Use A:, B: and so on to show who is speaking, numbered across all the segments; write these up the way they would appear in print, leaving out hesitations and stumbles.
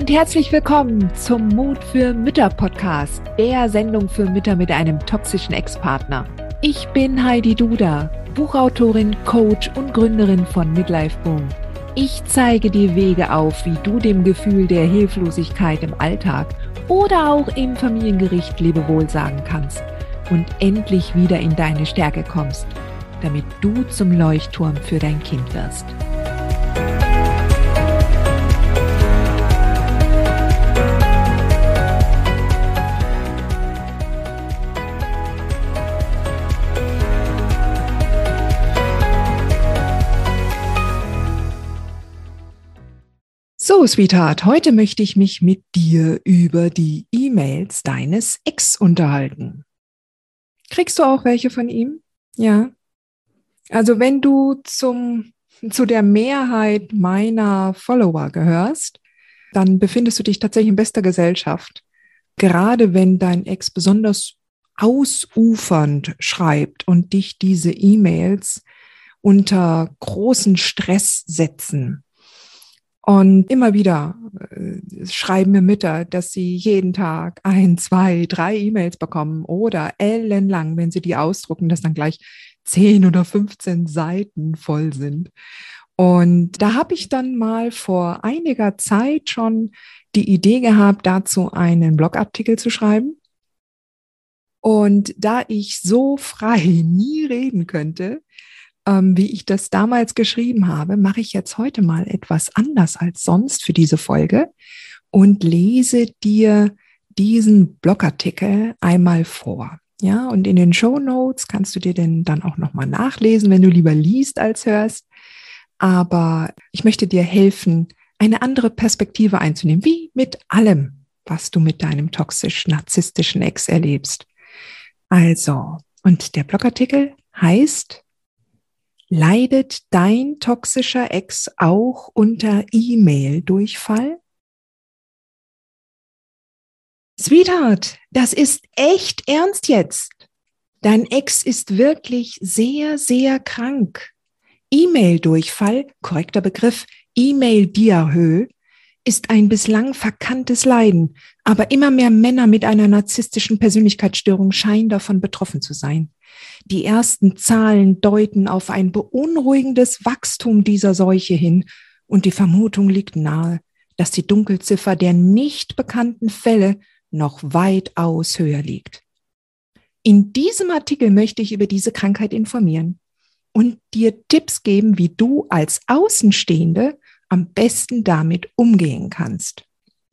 A: und herzlich willkommen zum Mut für Mütter Podcast, der Sendung für Mütter mit einem toxischen Ex-Partner. Ich bin Heidi Duda, Buchautorin, Coach und Gründerin von Midlife Boom. Ich zeige dir Wege auf, wie du dem Gefühl der Hilflosigkeit im Alltag oder auch im Familiengericht Lebewohl sagen kannst und endlich wieder in deine Stärke kommst, damit du zum Leuchtturm für dein Kind wirst. So, Sweetheart, heute möchte ich mich mit dir über die E-Mails deines Ex unterhalten. Kriegst du auch welche von ihm? Ja. Also wenn du zu der Mehrheit meiner Follower gehörst, dann befindest du dich tatsächlich in bester Gesellschaft. Gerade wenn dein Ex besonders ausufernd schreibt und dich diese E-Mails unter großen Stress setzen. Und immer wieder schreiben mir Mütter, dass sie jeden Tag 1, 2, 3 E-Mails bekommen oder ellenlang, wenn sie die ausdrucken, dass dann gleich 10 oder 15 Seiten voll sind. Und da habe ich dann mal vor einiger Zeit schon die Idee gehabt, dazu einen Blogartikel zu schreiben. Und da ich so frei nie reden könnte, wie ich das damals geschrieben habe, mache ich jetzt heute mal etwas anders als sonst für diese Folge und lese dir diesen Blogartikel einmal vor. Ja, und in den Shownotes kannst du dir den dann auch nochmal nachlesen, wenn du lieber liest als hörst. Aber ich möchte dir helfen, eine andere Perspektive einzunehmen, wie mit allem, was du mit deinem toxisch-narzisstischen Ex erlebst. Also, und der Blogartikel heißt: Leidet dein toxischer Ex auch unter E-Mail-Durchfall? Sweetheart, das ist echt ernst jetzt. Dein Ex ist wirklich sehr, sehr krank. E-Mail-Durchfall, korrekter Begriff, E-Mail-Diarrhoe, ist ein bislang verkanntes Leiden, aber immer mehr Männer mit einer narzisstischen Persönlichkeitsstörung scheinen davon betroffen zu sein. Die ersten Zahlen deuten auf ein beunruhigendes Wachstum dieser Seuche hin und die Vermutung liegt nahe, dass die Dunkelziffer der nicht bekannten Fälle noch weitaus höher liegt. In diesem Artikel möchte ich über diese Krankheit informieren und dir Tipps geben, wie du als Außenstehende am besten damit umgehen kannst.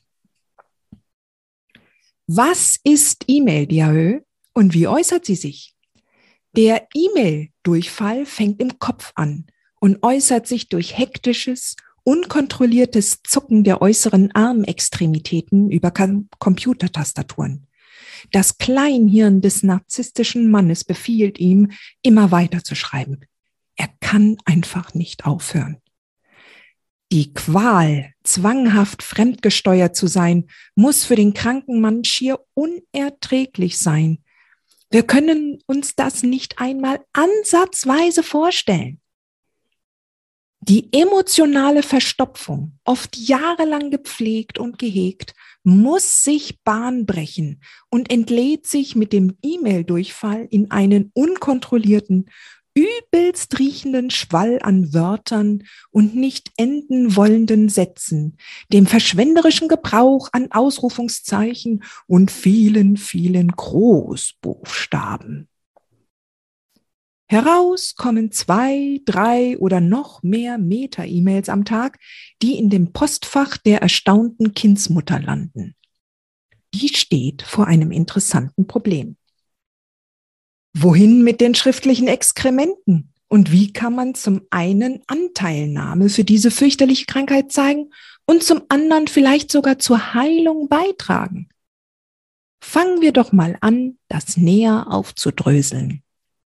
A: Was ist E-Mail-Diarrhoe und wie äußert sie sich? Der E-Mail-Durchfall fängt im Kopf an und äußert sich durch hektisches, unkontrolliertes Zucken der äußeren Armextremitäten über Computertastaturen. Das Kleinhirn des narzisstischen Mannes befiehlt ihm, immer weiter zu schreiben. Er kann einfach nicht aufhören. Die Qual, zwanghaft fremdgesteuert zu sein, muss für den kranken Mann schier unerträglich sein. Wir können uns das nicht einmal ansatzweise vorstellen. Die emotionale Verstopfung, oft jahrelang gepflegt und gehegt, muss sich Bahn brechen und entlädt sich mit dem E-Mail-Durchfall in einen unkontrollierten, übelst riechenden Schwall an Wörtern und nicht enden wollenden Sätzen, dem verschwenderischen Gebrauch an Ausrufungszeichen und vielen, vielen Großbuchstaben. Heraus kommen 2, 3 oder noch mehr Meta-E-Mails am Tag, die in dem Postfach der erstaunten Kindsmutter landen. Die steht vor einem interessanten Problem. Wohin mit den schriftlichen Exkrementen? Und wie kann man zum einen Anteilnahme für diese fürchterliche Krankheit zeigen und zum anderen vielleicht sogar zur Heilung beitragen? Fangen wir doch mal an, das näher aufzudröseln.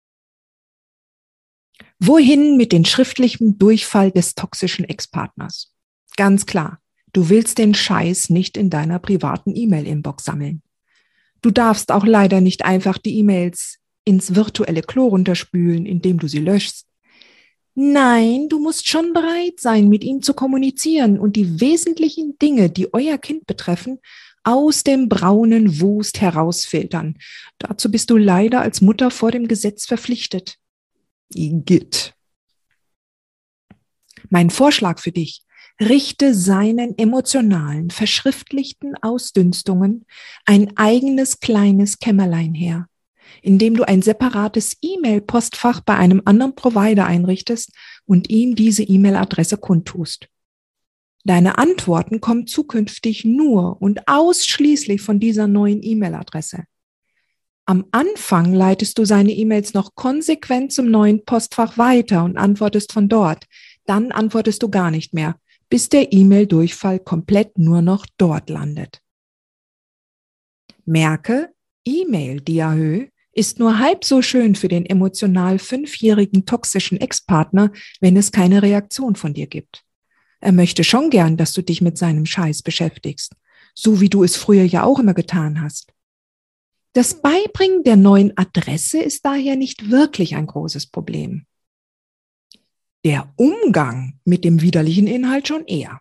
A: Wohin mit dem schriftlichen Durchfall des toxischen Ex-Partners? Ganz klar, du willst den Scheiß nicht in deiner privaten E-Mail-Inbox sammeln. Du darfst auch leider nicht einfach die E-Mails ins virtuelle Klo runterspülen, indem du sie löschst. Nein, du musst schon bereit sein, mit ihm zu kommunizieren und die wesentlichen Dinge, die euer Kind betreffen, aus dem braunen Wust herausfiltern. Dazu bist du leider als Mutter vor dem Gesetz verpflichtet. Igitt. Mein Vorschlag für dich: Richte seinen emotionalen, verschriftlichten Ausdünstungen ein eigenes kleines Kämmerlein her, indem du ein separates E-Mail-Postfach bei einem anderen Provider einrichtest und ihm diese E-Mail-Adresse kundtust. Deine Antworten kommen zukünftig nur und ausschließlich von dieser neuen E-Mail-Adresse. Am Anfang leitest du seine E-Mails noch konsequent zum neuen Postfach weiter und antwortest von dort. Dann antwortest du gar nicht mehr, bis der E-Mail-Durchfall komplett nur noch dort landet. Merke, E-Mail-Diarrhoe ist nur halb so schön für den emotional 5-jährigen toxischen Ex-Partner, wenn es keine Reaktion von dir gibt. Er möchte schon gern, dass du dich mit seinem Scheiß beschäftigst, so wie du es früher ja auch immer getan hast. Das Beibringen der neuen Adresse ist daher nicht wirklich ein großes Problem. Der Umgang mit dem widerlichen Inhalt schon eher.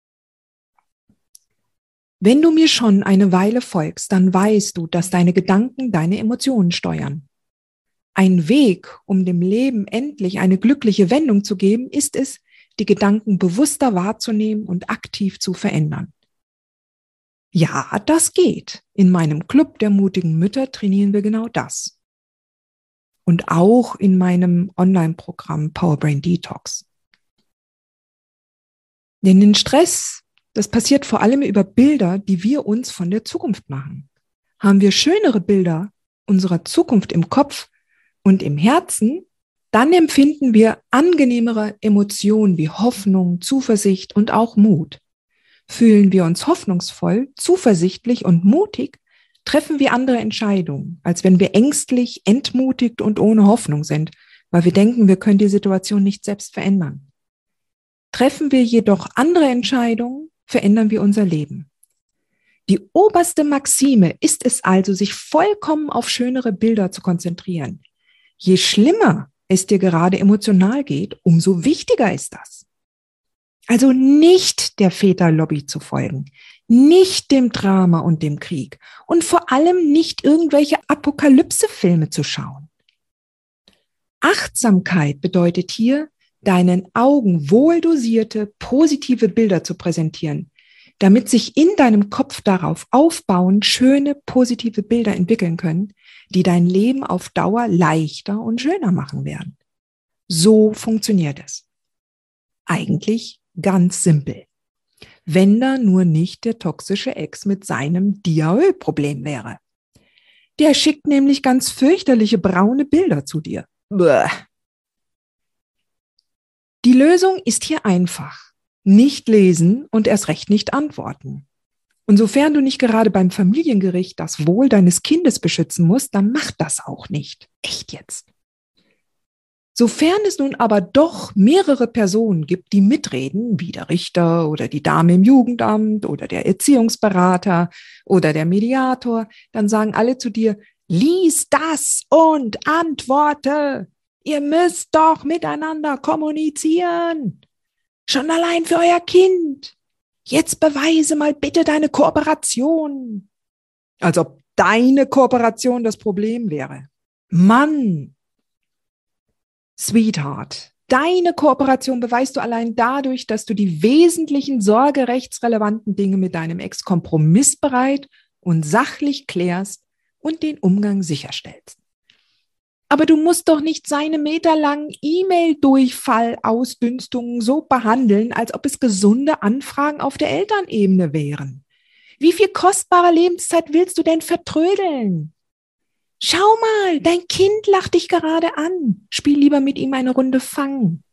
A: Wenn du mir schon eine Weile folgst, dann weißt du, dass deine Gedanken deine Emotionen steuern. Ein Weg, um dem Leben endlich eine glückliche Wendung zu geben, ist es, die Gedanken bewusster wahrzunehmen und aktiv zu verändern. Ja, das geht. In meinem Club der mutigen Mütter trainieren wir genau das. Und auch in meinem Online-Programm Powerbrain Detox. Denn den Stress, das passiert vor allem über Bilder, die wir uns von der Zukunft machen. Haben wir schönere Bilder unserer Zukunft im Kopf und im Herzen, dann empfinden wir angenehmere Emotionen wie Hoffnung, Zuversicht und auch Mut. Fühlen wir uns hoffnungsvoll, zuversichtlich und mutig, treffen wir andere Entscheidungen, als wenn wir ängstlich, entmutigt und ohne Hoffnung sind, weil wir denken, wir können die Situation nicht selbst verändern. Treffen wir jedoch andere Entscheidungen, verändern wir unser Leben. Die oberste Maxime ist es also, sich vollkommen auf schönere Bilder zu konzentrieren. Je schlimmer es dir gerade emotional geht, umso wichtiger ist das. Also nicht der Väterlobby zu folgen, nicht dem Drama und dem Krieg und vor allem nicht irgendwelche Apokalypse-Filme zu schauen. Achtsamkeit bedeutet hier, deinen Augen wohldosierte, positive Bilder zu präsentieren, damit sich in deinem Kopf darauf aufbauend schöne, positive Bilder entwickeln können, die dein Leben auf Dauer leichter und schöner machen werden. So funktioniert es. Eigentlich ganz simpel. Wenn da nur nicht der toxische Ex mit seinem Diarrhoe-Problem wäre. Der schickt nämlich ganz fürchterliche braune Bilder zu dir. Bäh. Die Lösung ist hier einfach. Nicht lesen und erst recht nicht antworten. Und sofern du nicht gerade beim Familiengericht das Wohl deines Kindes beschützen musst, dann mach das auch nicht. Echt jetzt. Sofern es nun aber doch mehrere Personen gibt, die mitreden, wie der Richter oder die Dame im Jugendamt oder der Erziehungsberater oder der Mediator, dann sagen alle zu dir, lies das und antworte. Ihr müsst doch miteinander kommunizieren. Schon allein für euer Kind. Jetzt beweise mal bitte deine Kooperation. Als ob deine Kooperation das Problem wäre. Mann! Sweetheart, deine Kooperation beweist du allein dadurch, dass du die wesentlichen sorgerechtsrelevanten Dinge mit deinem Ex kompromissbereit und sachlich klärst und den Umgang sicherstellst. Aber du musst doch nicht seine meterlangen E-Mail-Durchfall-Ausdünstungen so behandeln, als ob es gesunde Anfragen auf der Elternebene wären. Wie viel kostbare Lebenszeit willst du denn vertrödeln? Schau mal, dein Kind lacht dich gerade an. Spiel lieber mit ihm eine Runde Fang.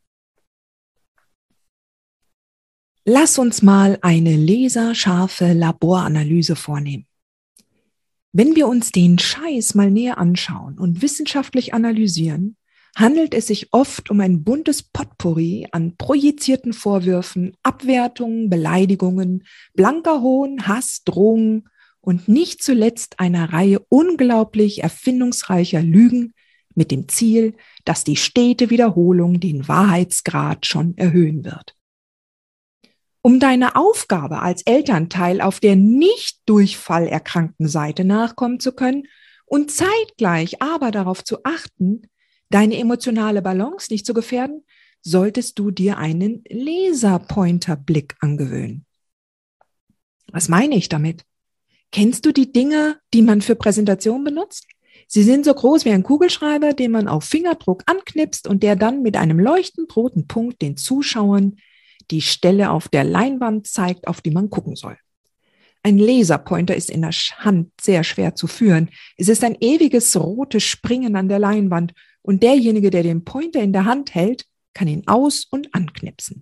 A: Lass uns mal eine laserscharfe Laboranalyse vornehmen. Wenn wir uns den Scheiß mal näher anschauen und wissenschaftlich analysieren, handelt es sich oft um ein buntes Potpourri an projizierten Vorwürfen, Abwertungen, Beleidigungen, blanker Hohn, Hass, Drohungen und nicht zuletzt einer Reihe unglaublich erfindungsreicher Lügen, mit dem Ziel, dass die stete Wiederholung den Wahrheitsgrad schon erhöhen wird. Um deiner Aufgabe als Elternteil auf der nicht durchfallerkrankten Seite nachkommen zu können und zeitgleich aber darauf zu achten, deine emotionale Balance nicht zu gefährden, solltest du dir einen Laserpointerblick angewöhnen. Was meine ich damit? Kennst du die Dinge, die man für Präsentation benutzt? Sie sind so groß wie ein Kugelschreiber, den man auf Fingerdruck anknipst und der dann mit einem leuchtend roten Punkt den Zuschauern die Stelle auf der Leinwand zeigt, auf die man gucken soll. Ein Laserpointer ist in der Hand sehr schwer zu führen. Es ist ein ewiges rotes Springen an der Leinwand und derjenige, der den Pointer in der Hand hält, kann ihn aus- und anknipsen.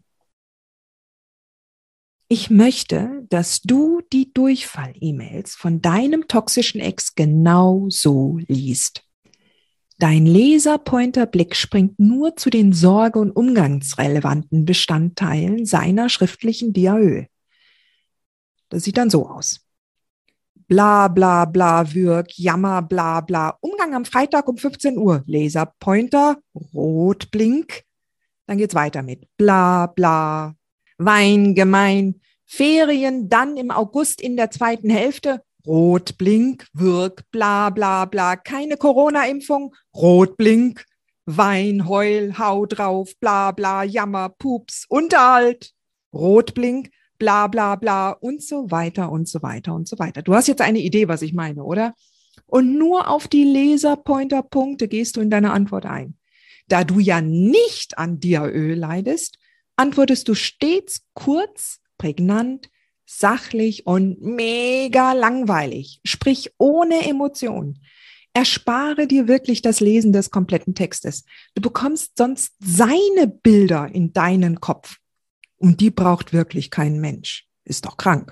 A: Ich möchte, dass du die Durchfall-E-Mails von deinem toxischen Ex genau so liest. Dein Laserpointerblick springt nur zu den sorge- und umgangsrelevanten Bestandteilen seiner schriftlichen Diarrhoe. Das sieht dann so aus. Bla bla bla Würg, Jammer bla bla, Umgang am Freitag um 15 Uhr, Laserpointer, Rotblink. Dann geht's weiter mit bla bla, Wein, gemein, Ferien dann im August in der zweiten Hälfte, Rotblink, Würg, bla bla bla, keine Corona-Impfung, Rotblink, Wein, Heul, hau drauf, bla bla, Jammer, Pups, Unterhalt, Rotblink, bla bla bla und so weiter und so weiter und so weiter. Du hast jetzt eine Idee, was ich meine, oder? Und nur auf die Laserpointer-Punkte gehst du in deine Antwort ein. Da du ja nicht an Diarrhoe leidest, antwortest du stets kurz, prägnant, sachlich und mega langweilig, sprich ohne Emotion. Erspare dir wirklich das Lesen des kompletten Textes. Du bekommst sonst seine Bilder in deinen Kopf. Und die braucht wirklich kein Mensch. Ist doch krank.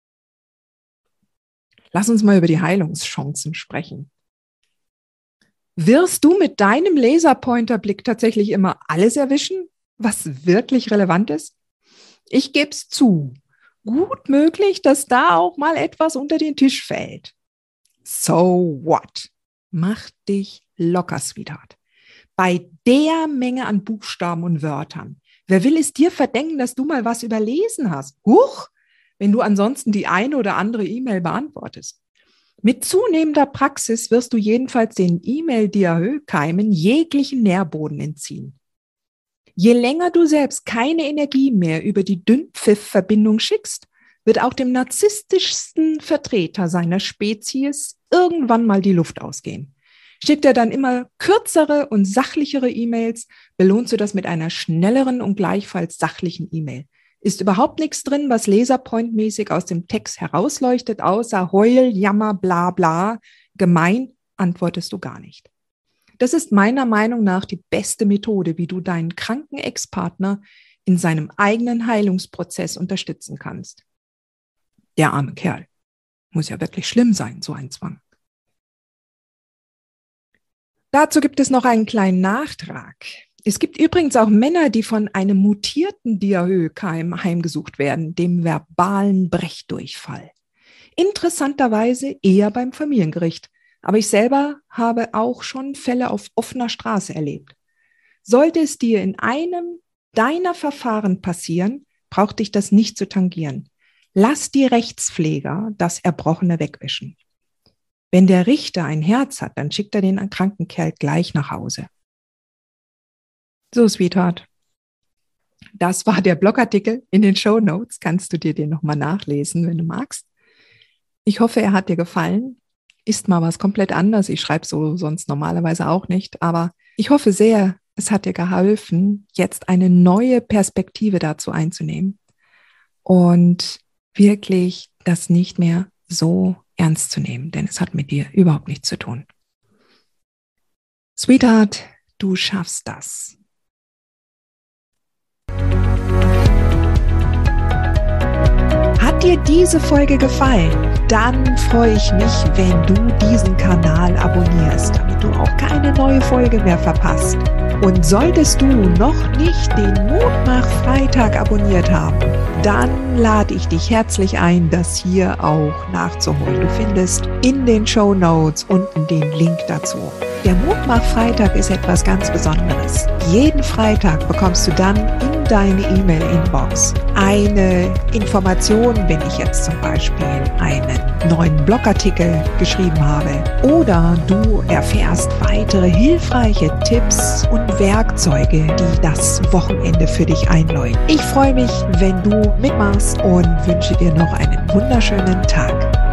A: Lass uns mal über die Heilungschancen sprechen. Wirst du mit deinem Laserpointerblick tatsächlich immer alles erwischen, was wirklich relevant ist? Ich gebe es zu. Gut möglich, dass da auch mal etwas unter den Tisch fällt. So what? Mach dich locker, Sweetheart. Bei der Menge an Buchstaben und Wörtern. Wer will es dir verdenken, dass du mal was überlesen hast? Huch, wenn du ansonsten die eine oder andere E-Mail beantwortest. Mit zunehmender Praxis wirst du jedenfalls den E-Mail-Diarrhoe-Keimen jeglichen Nährboden entziehen. Je länger du selbst keine Energie mehr über die Dünnpfiff-Verbindung schickst, wird auch dem narzisstischsten Vertreter seiner Spezies irgendwann mal die Luft ausgehen. Schickt er dann immer kürzere und sachlichere E-Mails, belohnst du das mit einer schnelleren und gleichfalls sachlichen E-Mail. Ist überhaupt nichts drin, was laserpointmäßig aus dem Text herausleuchtet, außer Heul, Jammer, bla bla, gemein, antwortest du gar nicht. Das ist meiner Meinung nach die beste Methode, wie du deinen kranken Ex-Partner in seinem eigenen Heilungsprozess unterstützen kannst. Der arme Kerl. Muss ja wirklich schlimm sein, so ein Zwang. Dazu gibt es noch einen kleinen Nachtrag. Es gibt übrigens auch Männer, die von einem mutierten Diarrhoe-Keim heimgesucht werden, dem verbalen Brechdurchfall. Interessanterweise eher beim Familiengericht. Aber ich selber habe auch schon Fälle auf offener Straße erlebt. Sollte es dir in einem deiner Verfahren passieren, braucht dich das nicht zu tangieren. Lass die Rechtspfleger das Erbrochene wegwischen. Wenn der Richter ein Herz hat, dann schickt er den kranken Kerl gleich nach Hause. So, Sweetheart. Das war der Blogartikel. In den Shownotes kannst du dir den nochmal nachlesen, wenn du magst. Ich hoffe, er hat dir gefallen. Ist mal was komplett anderes. Ich schreibe so sonst normalerweise auch nicht. Aber ich hoffe sehr, es hat dir geholfen, jetzt eine neue Perspektive dazu einzunehmen und wirklich das nicht mehr so ernst zu nehmen, denn es hat mit dir überhaupt nichts zu tun. Sweetheart, du schaffst das. Hat dir diese Folge gefallen? Dann freue ich mich, wenn du diesen Kanal abonnierst, damit du auch keine neue Folge mehr verpasst. Und solltest du noch nicht den Mutmach-Freitag abonniert haben, dann lade ich dich herzlich ein, das hier auch nachzuholen. Du findest in den Shownotes unten den Link dazu. Der Mutmach-Freitag ist etwas ganz Besonderes. Jeden Freitag bekommst du dann in deine E-Mail-Inbox eine Information, wenn ich jetzt zum Beispiel einen neuen Blogartikel geschrieben habe, oder du erfährst weitere hilfreiche Tipps und Werkzeuge, die das Wochenende für dich einläuten. Ich freue mich, wenn du mitmachst und wünsche dir noch einen wunderschönen Tag.